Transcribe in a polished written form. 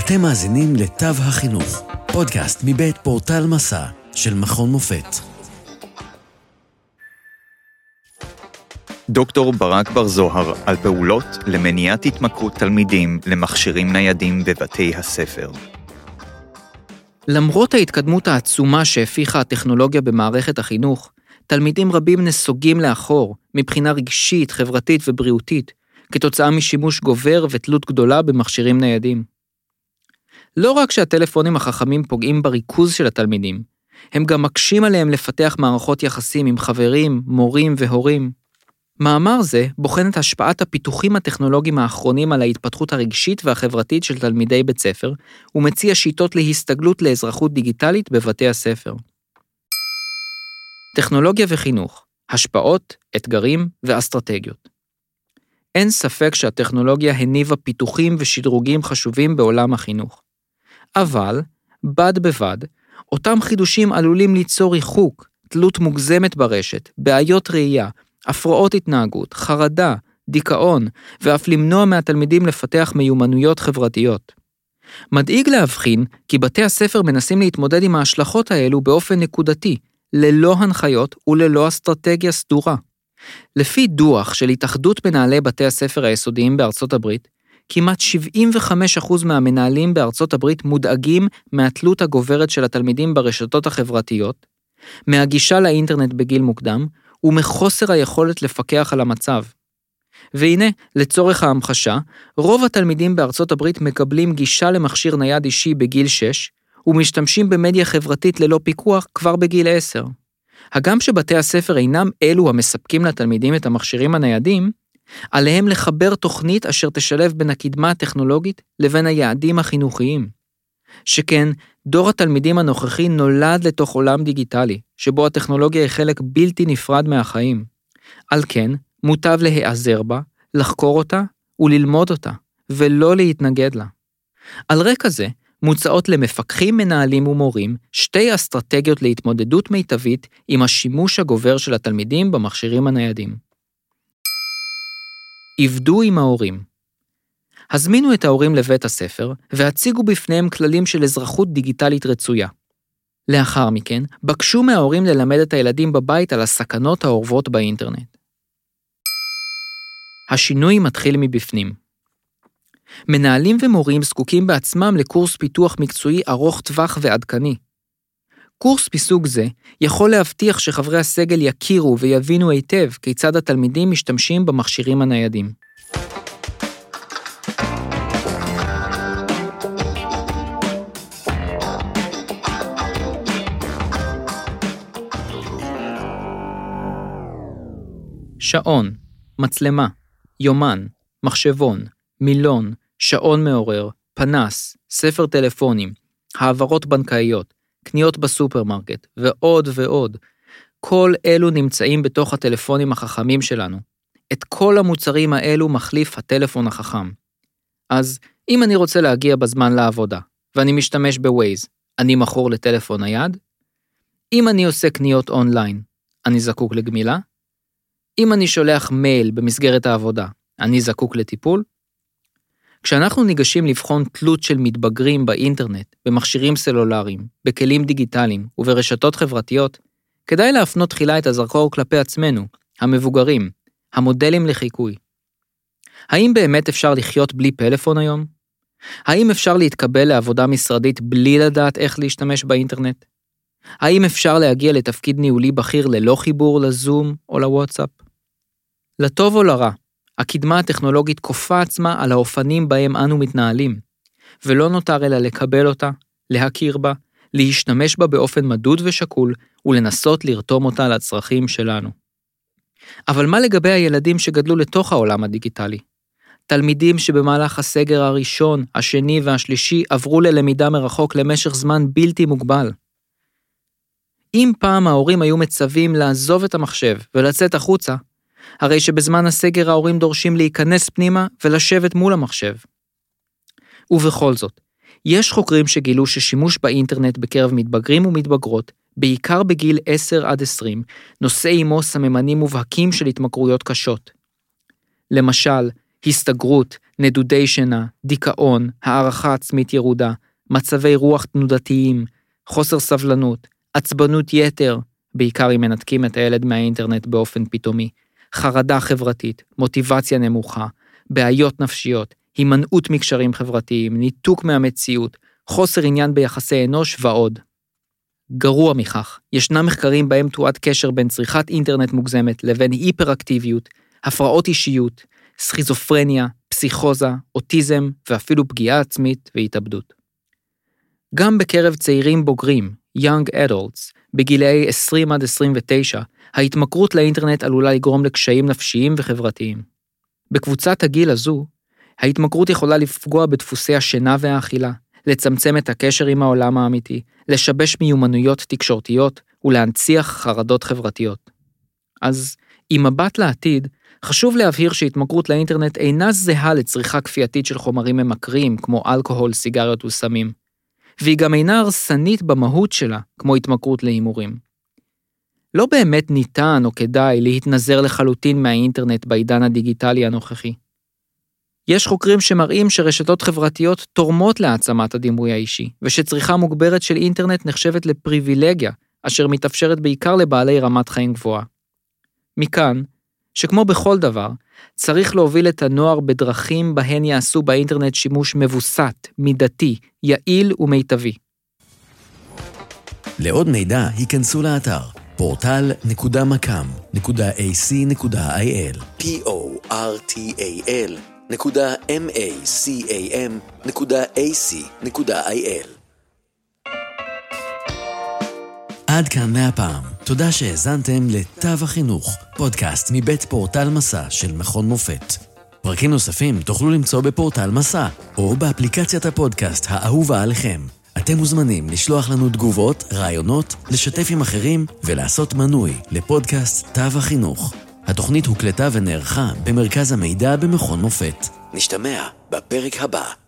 אתם מאזינים לתו החינוך, פודקאסט מבית פורטל מסע של מכון מופת. דוקטור ברק בר זוהר על פעולות למניעת התמכרות תלמידים למכשירים ניידים בבתי הספר. למרות ההתקדמות העצומה שהפיחה הטכנולוגיה במערכת החינוך, תלמידים רבים נסוגים לאחור מבחינה רגשית, חברתית ובריאותית, כתוצאה משימוש גובר ותלות גדולה במכשירים ניידים. לא רק שהטלפונים החכמים פוגעים בריכוז של התלמידים, הם גם מקשים עליהם לפתח מערכות יחסים עם חברים, מורים והורים. מאמר זה בוחן את השפעת הפיתוחים הטכנולוגיים האחרונים על ההתפתחות הרגשית והחברתית של תלמידי בית ספר, ומציע שיטות להסתגלות לאזרחות דיגיטלית בבתי הספר. טכנולוגיה וחינוך, השפעות, אתגרים ואסטרטגיות. אין ספק שהטכנולוגיה הניבה פיתוחים ושדרוגים חשובים בעולם החינוך. אבל, בד בבד, אותם חידושים עלולים ליצור ריחוק, תלות מוגזמת ברשת, בעיות ראייה, הפרעות התנהגות, חרדה, דיכאון, ואף למנוע מהתלמידים לפתח מיומנויות חברתיות. מדאיג להבחין כי בתי הספר מנסים להתמודד עם ההשלכות האלו באופן נקודתי, ללא הנחיות וללא אסטרטגיה סדורה. לפי דוח של התאחדות מנהלי בתי הספר היסודיים בארצות הברית, כמעט 75% מהמנהלים בארצות הברית מודאגים מהתלות הגוברת של התלמידים ברשתות החברתיות, מהגישה לאינטרנט בגיל מוקדם, ומחוסר היכולת לפקח על המצב. והנה, לצורך ההמחשה, רוב התלמידים בארצות הברית מקבלים גישה למכשיר נייד אישי בגיל 6, ומשתמשים במדיה חברתית ללא פיקוח כבר בגיל 10. הגם שבתי הספר אינם אלו המספקים לתלמידים את המכשירים הניידים, עליהם לחבר תוכנית אשר תשלב בין הקדמה הטכנולוגית לבין היעדים החינוכיים. שכן, דור התלמידים הנוכחי נולד לתוך עולם דיגיטלי, שבו הטכנולוגיה היא חלק בלתי נפרד מהחיים. על כן, מוטב להיעזר בה, לחקור אותה וללמוד אותה, ולא להתנגד לה. על רקע זה, מוצעות למפקחים, מנהלים ומורים שתי אסטרטגיות להתמודדות מיטבית עם השימוש הגובר של התלמידים במכשירים הניידים. עבדו עם ההורים. הזמינו את ההורים לבית הספר והציגו בפניהם כללים של אזרחות דיגיטלית רצויה. לאחר מכן, בקשו מההורים ללמד את הילדים בבית על הסכנות האורבות באינטרנט. השינוי מתחיל מבפנים. מנהלים ומורים זקוקים בעצמם לקורס פיתוח מקצועי ארוך טווח ועדכני. קורס מסוג זה יכול להבטיח שחברי הסגל יכירו ויבינו היטב כיצד התלמידים משתמשים במכשירים הניידים. שעון, מצלמה, יומן, מחשבון, מילון, שעון מעורר, פנס, ספר טלפונים, העברות בנקאיות, קניות בסופרמרקט, ועוד ועוד. כל אלו נמצאים בתוך הטלפונים החכמים שלנו. את כל המוצרים האלו מחליף הטלפון החכם. אז אם אני רוצה להגיע בזמן לעבודה, ואני משתמש בווייז, אני מכור לטלפון נייד? אם אני עושה קניות אונליין, אני זקוק לגמילה? אם אני שולח מייל במסגרת העבודה, אני זקוק לטיפול? כשאנחנו ניגשים לבחון תלות של מתבגרים באינטרנט, במכשירים סלולריים, בכלים דיגיטליים וברשתות חברתיות, כדאי להפנות תחילה את הזרקור כלפי עצמנו, המבוגרים, המודלים לחיקוי. האם באמת אפשר לחיות בלי פלאפון היום? האם אפשר להתקבל לעבודה משרדית בלי לדעת איך להשתמש באינטרנט? האם אפשר להגיע לתפקיד ניהולי בכיר ללא חיבור לזום או לוואטסאפ? לטוב או לרע, הקדמה הטכנולוגית כופה עצמה על האופנים בהם אנו מתנהלים, ולא נותר אלא לקבל אותה, להכיר בה, להשתמש בה באופן מדוד ושקול, ולנסות לרתום אותה לצרכים שלנו. אבל מה לגבי הילדים שגדלו לתוך העולם הדיגיטלי? תלמידים שבמהלך הסגר הראשון, השני והשלישי עברו ללמידה מרחוק למשך זמן בלתי מוגבל. אם פעם ההורים היו מצווים לעזוב את המחשב ולצאת החוצה, הרי שבזמן הסגר ההורים דורשים להיכנס פנימה ולשבת מול המחשב. ובכל זאת, יש חוקרים שגילו ששימוש באינטרנט בקרב מתבגרים ומתבגרות, בעיקר בגיל 10 עד 20, נושא עמו סממנים מובהקים של התמכרויות קשות. למשל, הסתגרות, נדודי שינה, דיכאון, הערכה עצמית ירודה, מצבי רוח תנודתיים, חוסר סבלנות, עצבנות יתר, בעיקר אם מנתקים את הילד מהאינטרנט באופן פתאומי, חרדה חברתית, מוטיבציה נמוכה, בעיות נפשיות, הימנעות מקשרים חברתיים, ניתוק מהמציאות, חוסר עניין ביחסי אנוש ועוד. גרוע מכך, ישנם מחקרים בהם תועד קשר בין צריכת אינטרנט מוגזמת לבין היפראקטיביות, הפרעות אישיות, סכיזופרניה, פסיכוזה, אוטיזם ואפילו פגיעה עצמית והתאבדות. גם בקרב צעירים בוגרים, young adults, בגילאי 20 עד 29, ההתמכרות לאינטרנט עלולה לגרום לקשיים נפשיים וחברתיים. בקבוצת הגיל הזו, ההתמכרות יכולה לפגוע בדפוסי השינה והאכילה, לצמצם את הקשר עם העולם האמיתי, לשבש מיומנויות תקשורתיות ולהנציח חרדות חברתיות. אז עם מבט לעתיד, חשוב להבהיר שהתמכרות לאינטרנט אינה זהה לצריכה כפייתית של חומרים ממכרים כמו אלכוהול, סיגריות וסמים. והיא גם אינה הרסנית במהות שלה, כמו התמכרות להימורים. לא באמת ניתן או כדאי להתנזר לחלוטין מהאינטרנט בעידן הדיגיטלי הנוכחי. יש חוקרים שמראים שרשתות חברתיות תורמות להעצמת הדימוי האישי, ושצריכה מוגברת של אינטרנט נחשבת לפריבילגיה, אשר מתאפשרת בעיקר לבעלי רמת חיים גבוהה. מכאן, שכמו בכל דבר, צריך להוביל את הנוער בדרכים בהן יעשו באינטרנט שימוש מבוסת, מידתי, יעיל ומיטבי. לעוד מידע, היכנסו לאתר portal.macam.ac.il portal.macam.ac.il עד כאן מהפעם. תודה שהאזנתם לתו החינוך, פודקאסט מבית פורטל מסע של מכון מופת. פרקים נוספים תוכלו למצוא בפורטל מסע, או באפליקציית הפודקאסט האהובה עליכם. אתם מוזמנים לשלוח לנו תגובות, רעיונות, לשתף עם אחרים ולעשות מנוי לפודקאסט תו החינוך. התוכנית הוקלטה ונערכה במרכז המידע במכון מופת. נשתמע בפרק הבא.